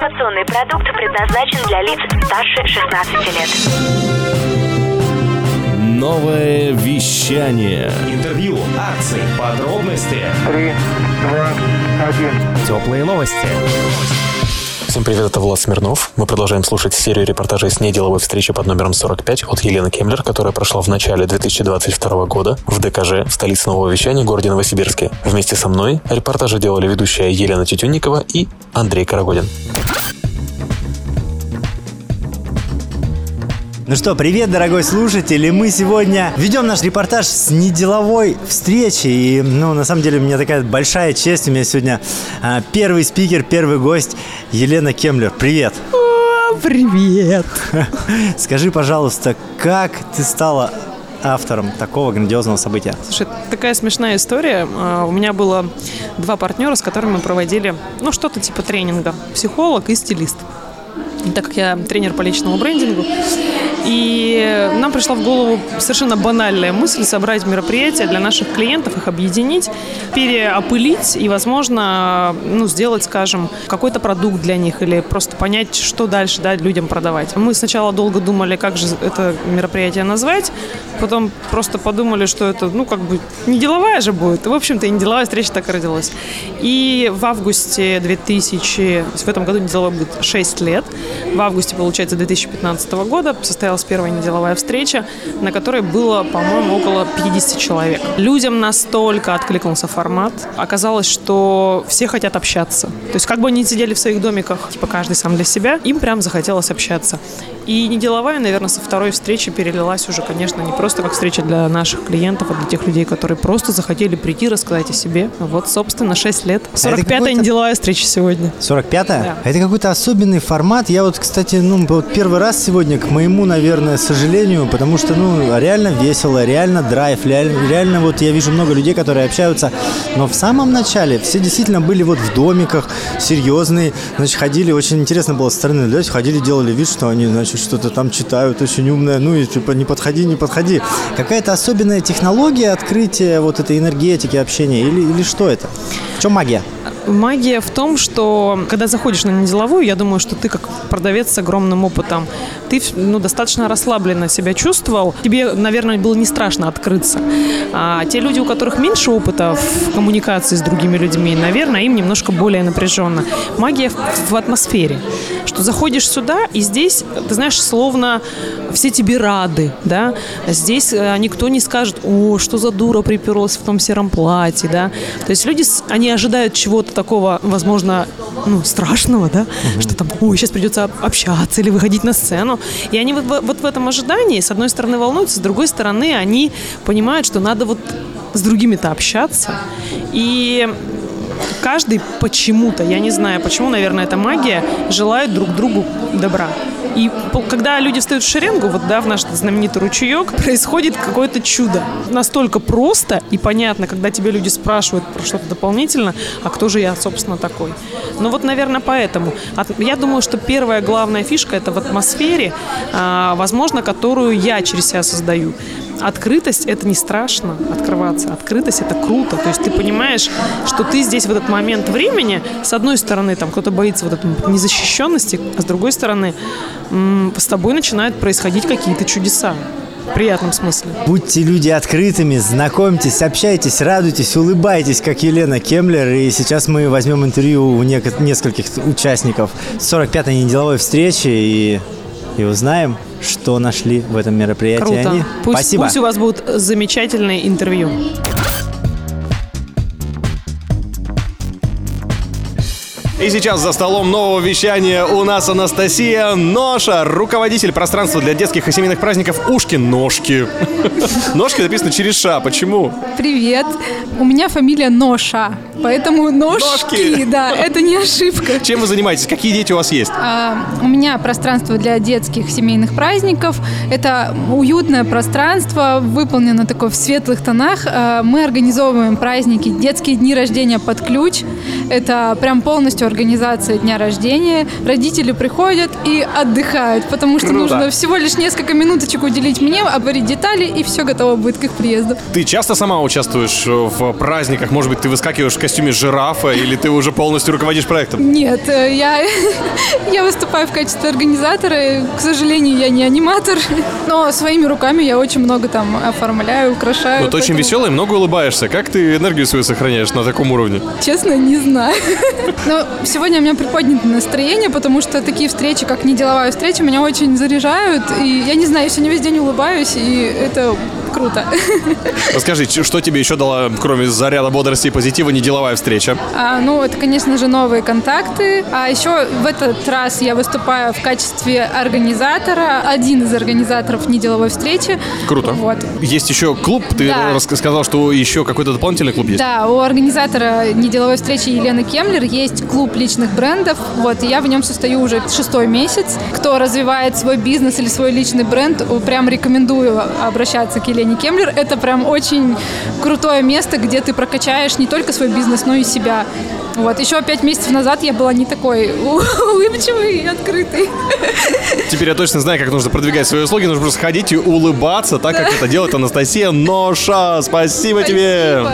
Информационный продукт предназначен для лиц старше 16 лет. Новое вещание. Интервью, акции, подробности. 3, 2, 1. Теплые новости. Всем привет, это Влад Смирнов. Мы продолжаем слушать серию репортажей с неделовой встречи под номером 45 от Елены Кемлер, которая прошла в начале 2022 года в ДКЖ, в столице нового вещания, городе Новосибирске. Вместе со мной репортажи делали ведущая Елена Тютюнникова и Андрей Карагодин. Ну что, привет, дорогой слушатель, и мы сегодня ведем наш репортаж с неделовой встречи, и, на самом деле, у меня такая большая честь, у меня сегодня первый спикер, первый гость Елена Кемлер. Привет! Привет! Скажи, пожалуйста, как ты стала автором такого грандиозного события? Слушай, такая смешная история. У меня было 2 партнера, с которыми мы проводили, что-то типа тренинга. Психолог и стилист. Так как я тренер по личному брендингу. И нам пришла в голову совершенно банальная мысль собрать мероприятия для наших клиентов, их объединить, переопылить и, возможно, сделать, скажем, какой-то продукт для них или просто понять, что дальше людям продавать. Мы сначала долго думали, как же это мероприятие назвать, потом просто подумали, что это, не деловая же будет. В общем-то, и не деловая встреча так и родилась. И в августе в этом году неделовой будет 6 лет. В августе, получается, 2015 года состоялась первая неделовая встреча, на которой было, по-моему, около 50 человек. Людям настолько откликнулся формат. Оказалось, что все хотят общаться. То есть, как бы они сидели в своих домиках, каждый сам для себя, им прям захотелось общаться. И неделовая, наверное, со второй встречи перелилась уже, конечно, не просто как встреча для наших клиентов, а для тех людей, которые просто захотели прийти, рассказать о себе. Вот, собственно, 6 лет. 45-я неделовая встреча сегодня. 45-я? Да. Это какой-то особенный формат. Я кстати, первый раз сегодня, к моему, наверное, сожалению, потому что, реально весело, реально драйв, реально я вижу много людей, которые общаются, но в самом начале все действительно были в домиках, серьезные, ходили, очень интересно было со стороны наблюдать, ходили, делали вид, что они, что-то там читают, очень умное, и не подходи. Какая-то особенная технология открытия этой энергетики, общения, или что это? В чем магия? Магия в том, что когда заходишь на неделовую, я думаю, что ты как продавец с огромным опытом, ты достаточно расслабленно себя чувствовал. Тебе, наверное, было не страшно открыться. А те люди, у которых меньше опыта в коммуникации с другими людьми, наверное, им немножко более напряженно. Магия в атмосфере. Что заходишь сюда, и здесь, ты знаешь, словно все тебе рады, да? Здесь никто не скажет: о, что за дура приперлась в том сером платье, да? То есть люди, они ожидают чего-то такого, возможно, страшного, да? Что там, сейчас придется общаться или выходить на сцену. И они в этом ожидании, с одной стороны, волнуются, с другой стороны, они понимают, что надо с другими-то общаться. И каждый почему-то, я не знаю почему, наверное, это магия, желает друг другу добра. И когда люди встают в шеренгу, в наш знаменитый ручеек, происходит какое-то чудо. Настолько просто и понятно, когда тебе люди спрашивают про что-то дополнительно, а кто же я, собственно, такой. Наверное, поэтому. Я думаю, что первая главная фишка – это в атмосфере, возможно, которую я через себя создаю. Открытость – это не страшно открываться. Открытость – это круто. То есть ты понимаешь, что ты здесь в этот момент времени, с одной стороны, кто-то боится этой незащищенности, а с другой стороны, с тобой начинают происходить какие-то чудеса. В приятном смысле. Будьте люди открытыми, знакомьтесь, общайтесь, радуйтесь, улыбайтесь, как Елена Кемлер. И сейчас мы возьмем интервью у нескольких участников 45-й неделовой встречи и узнаем, что нашли в этом мероприятии. Круто. Они. Спасибо. Пусть у вас будут замечательные интервью. И сейчас за столом нового вещания у нас Анастасия Ноша, руководитель пространства для детских и семейных праздников «Ушки-ножки». Ножки написано через «ша». Почему? Привет. У меня фамилия Ноша, поэтому ножки. Да, это не ошибка. Чем вы занимаетесь? Какие дети у вас есть? У меня пространство для детских семейных праздников. Это уютное пространство, выполнено такое в светлых тонах. Мы организовываем праздники, детские дни рождения под ключ. Это прям полностью организация дня рождения. Родители приходят и отдыхают, потому что нужно всего лишь несколько минуточек уделить мне, обварить детали, и все готово будет к их приезду. Ты часто сама участвуешь в праздниках? Может быть, ты выскакиваешь костюме жирафа, или ты уже полностью руководишь проектом? Нет, я выступаю в качестве организатора. К сожалению, я не аниматор. Но своими руками я очень много там оформляю, украшаю. Но ты очень веселый, много улыбаешься. Как ты энергию свою сохраняешь на таком уровне? Честно, не знаю. Но сегодня у меня приподнято настроение, потому что такие встречи, как неделовая встреча, меня очень заряжают. И я не знаю, я сегодня весь день улыбаюсь, и это круто. Расскажи, что тебе еще дала, кроме заряда бодрости и позитива, неделовая встреча? Это, конечно же, новые контакты. А еще в этот раз я выступаю в качестве организатора, один из организаторов неделовой встречи. Круто. Вот. Есть еще клуб? Ты сказал, что еще какой-то дополнительный клуб есть? Да, у организатора неделовой встречи Елены Кемлер есть клуб личных брендов. Вот, и я в нем состою уже 6-й месяц. Кто развивает свой бизнес или свой личный бренд, прям рекомендую обращаться к Елене Кемлер. Это прям очень крутое место, где ты прокачаешь не только свой бизнес, но и себя. Вот. Еще 5 месяцев назад я была не такой улыбчивой и открытой. Теперь я точно знаю, как нужно продвигать свои услуги. Нужно просто ходить и улыбаться, так как это делает Анастасия Ноша. Спасибо тебе!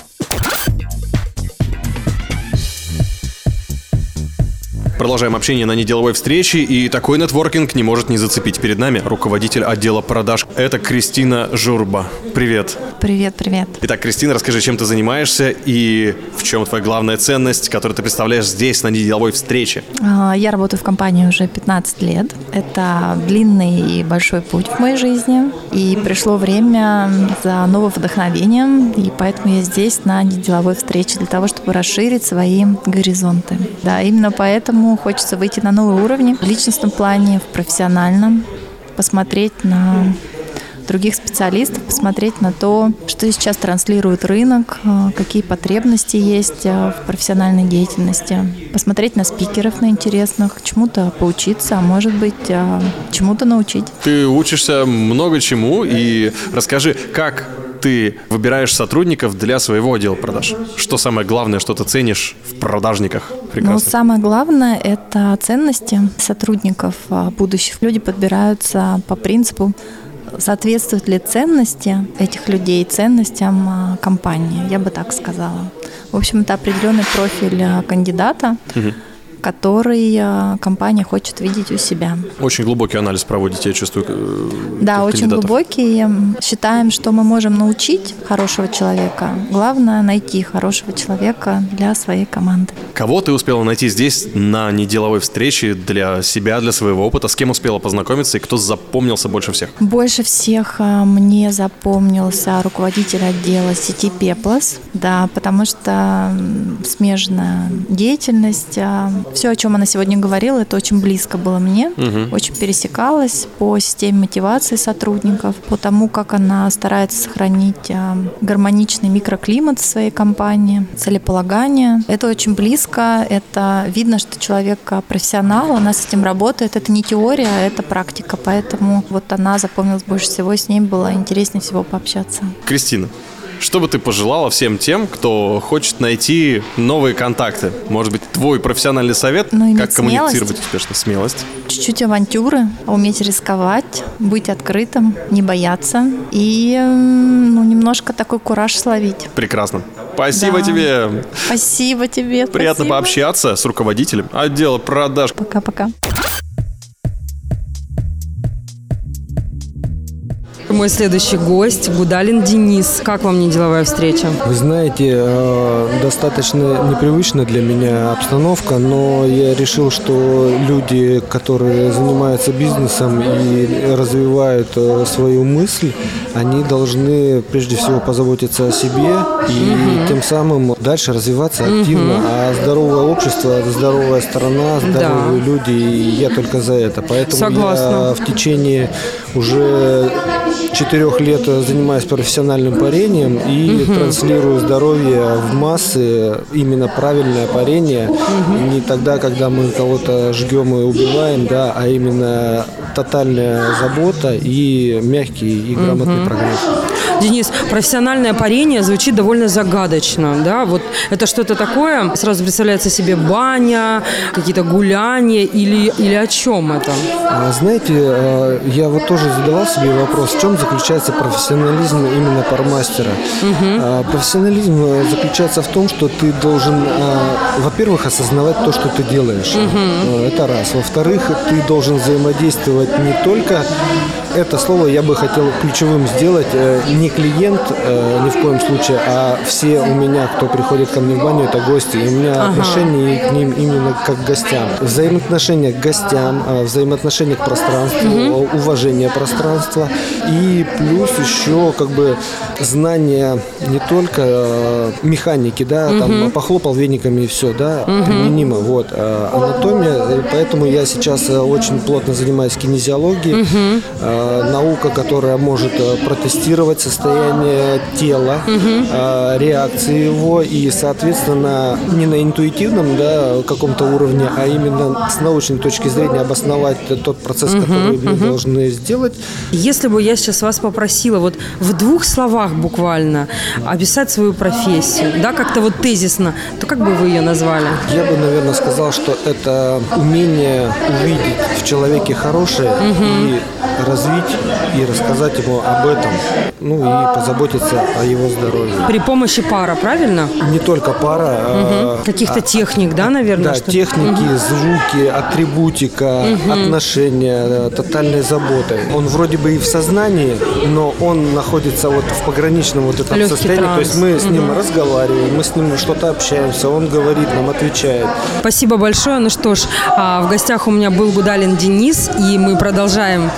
Продолжаем общение на неделовой встрече, и такой нетворкинг не может не зацепить. Перед нами руководитель отдела продаж. Это Кристина Журба. Привет. Привет. Итак, Кристина, расскажи, чем ты занимаешься и в чем твоя главная ценность, которую ты представляешь здесь, на неделовой встрече? Я работаю в компании уже 15 лет. Это длинный и большой путь в моей жизни. И пришло время за новым вдохновением, и поэтому я здесь на неделовой встрече для того, чтобы расширить свои горизонты. Да, именно поэтому хочется выйти на новые уровни в личностном плане, в профессиональном, посмотреть на других специалистов, посмотреть на то, что сейчас транслирует рынок, какие потребности есть в профессиональной деятельности, посмотреть на спикеров, на интересных, чему-то поучиться, а может быть, чему-то научить. Ты учишься много чему, и расскажи, как ты выбираешь сотрудников для своего отдела продаж? Что самое главное, что ты ценишь в продажниках? Прекрасно. Самое главное – это ценности сотрудников будущих. Люди подбираются по принципу, соответствуют ли ценности этих людей ценностям компании, я бы так сказала. В общем, это определенный профиль кандидата, который компания хочет видеть у себя. Очень глубокий анализ проводите, я чувствую. Да, очень глубокий. Считаем, что мы можем научить хорошего человека. Главное – найти хорошего человека для своей команды. Кого ты успела найти здесь на неделовой встрече для себя, для своего опыта? С кем успела познакомиться и кто запомнился больше всех? Больше всех мне запомнился руководитель отдела сети Пеплос. Да, потому что смежная деятельность. Все, о чем она сегодня говорила, это очень близко было мне, очень пересекалось по системе мотивации сотрудников, по тому, как она старается сохранить гармоничный микроклимат в своей компании, целеполагание. Это очень близко, это видно, что человек профессионал, она с этим работает, это не теория, а это практика, поэтому вот она запомнилась больше всего, с ней было интереснее всего пообщаться. Кристина, что бы ты пожелала всем тем, кто хочет найти новые контакты? Может быть, твой профессиональный совет, как коммуницировать успешно? Смелость. Чуть-чуть авантюры, уметь рисковать, быть открытым, не бояться и немножко такой кураж словить. Прекрасно. Спасибо тебе. Спасибо тебе. Приятно пообщаться с руководителем отдела продаж. Пока-пока. Мой следующий гость – Гудалин Денис. Как вам неделовая встреча? Вы знаете, достаточно непривычная для меня обстановка, но я решил, что люди, которые занимаются бизнесом и развивают свою мысль, они должны прежде всего позаботиться о себе и тем самым дальше развиваться активно. А здоровое общество, здоровая страна, здоровые люди, и я только за это. Поэтому я в течение уже 4 лет занимаюсь профессиональным парением и транслирую здоровье в массы, именно правильное парение, не тогда, когда мы кого-то жгем и убиваем, да, а именно тотальная забота и мягкий и грамотный прогресс. Денис, профессиональное парение звучит довольно загадочно, да? Вот это что-то такое? Сразу представляется себе баня, какие-то гуляния или о чем это? Знаете, я вот тоже задавал себе вопрос, в чем заключается профессионализм именно пармастера. Профессионализм заключается в том, что ты должен, во-первых, осознавать то, что ты делаешь. Это раз. Во-вторых, ты должен взаимодействовать не только... Это слово я бы хотел ключевым сделать. Не клиент ни в коем случае, а все у меня, кто приходит ко мне в баню, это гости. И у меня отношение к ним именно как к гостям. Взаимоотношения к гостям, взаимоотношения к пространству, уважение пространства. И плюс еще как бы знание не только механики, да, там похлопал вениками и все, да, применимо. Вот. Анатомия, поэтому я сейчас очень плотно занимаюсь кинезиологией. Наука, которая может протестировать состояние тела, реакции его и, соответственно, не на интуитивном, да, каком-то уровне, а именно с научной точки зрения обосновать тот процесс, который мы должны сделать. Если бы я сейчас вас попросила вот в 2 словах буквально описать свою профессию, да, как-то вот тезисно, то как бы вы ее назвали? Я бы, наверное, сказал, что это умение увидеть в человеке хорошее и развить и рассказать ему об этом, ну и позаботиться о его здоровье. При помощи пара, правильно? Не только пара. Каких-то техник, да, наверное? Да, техники, звуки, атрибутика, отношения, тотальной заботой. Он вроде бы и в сознании, но он находится вот в пограничном вот этом легкий состоянии. транс. То есть мы с ним разговариваем, мы с ним что-то общаемся, он говорит нам, отвечает. Спасибо большое. Ну что ж, в гостях у меня был Гудалин Денис, и мы продолжаем.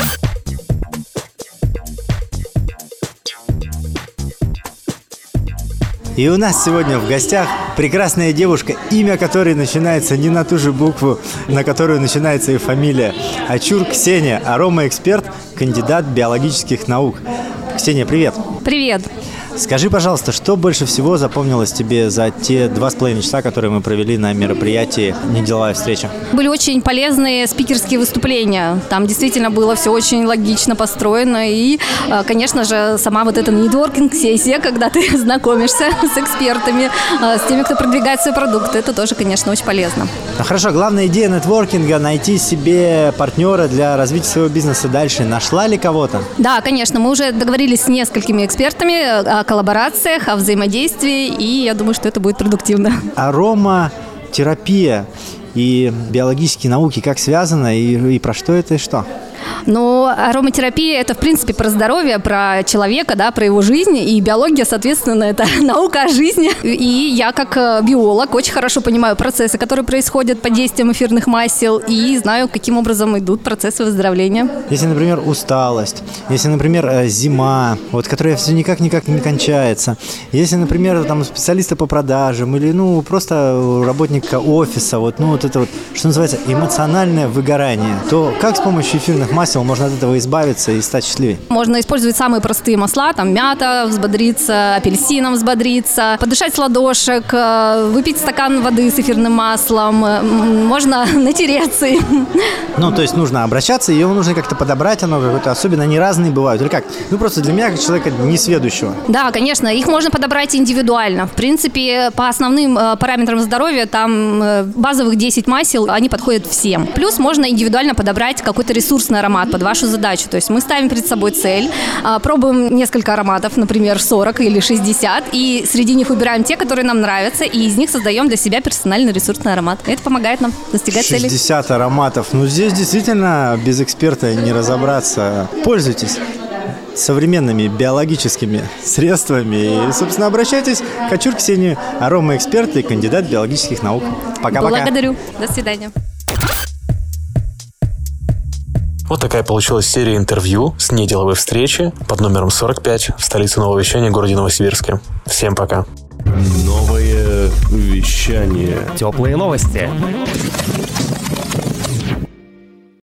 И у нас сегодня в гостях прекрасная девушка, имя которой начинается не на ту же букву, на которую начинается и фамилия. Ачур Ксения, аромаэксперт, кандидат биологических наук. Ксения, привет. Привет. Скажи, пожалуйста, что больше всего запомнилось тебе за те 2,5 часа, которые мы провели на мероприятии «Неделовая встреча»? Были очень полезные спикерские выступления. Там действительно было все очень логично построено. И, конечно же, сама вот эта нетворкинг-сессия, когда ты знакомишься с экспертами, с теми, кто продвигает свои продукты, это тоже, конечно, очень полезно. Ну хорошо, главная идея нетворкинга – найти себе партнера для развития своего бизнеса дальше. Нашла ли кого-то? Да, конечно, мы уже договорились с несколькими экспертами о коллаборациях, о взаимодействии, и я думаю, что это будет продуктивно. Ароматерапия и биологические науки как связаны, и про что это и что? Но ароматерапия – это, в принципе, про здоровье, про человека, да, про его жизнь. И биология, соответственно, это наука о жизни. И я, как биолог, очень хорошо понимаю процессы, которые происходят под действием эфирных масел, и знаю, каким образом идут процессы выздоровления. Если, например, усталость, если, например, зима, вот, которая все никак не кончается, если, например, там, специалиста по продажам или, ну, просто работника офиса, вот, ну, вот это вот, что называется, эмоциональное выгорание, то как с помощью эфирных масел можно от этого избавиться и стать счастливее? Можно использовать самые простые масла, там мята взбодриться, апельсином взбодриться, подышать с ладошек, выпить стакан воды с эфирным маслом, можно натереться. Ну, то есть нужно обращаться, и его нужно как-то подобрать, оно какое-то, особенно они разные бывают, или как? Ну, просто для меня, как человека несведущего. Да, конечно, их можно подобрать индивидуально. В принципе, по основным параметрам здоровья, там базовых 10 масел, они подходят всем. Плюс можно индивидуально подобрать какой-то ресурсный аромат под вашу задачу. То есть мы ставим перед собой цель, пробуем несколько ароматов, например, 40 или 60, и среди них выбираем те, которые нам нравятся, и из них создаем для себя персональный ресурсный аромат. Это помогает нам достигать цели. 60 ароматов. Ну, здесь действительно без эксперта не разобраться. Пользуйтесь современными биологическими средствами и, собственно, обращайтесь к Ачур Ксении, аромаэксперт и кандидат биологических наук. Пока-пока. Благодарю. До свидания. Вот такая получилась серия интервью с неделовой встречи под номером 45 в столице нового вещания, городе Новосибирске. Всем пока. Новое вещание. Теплые новости.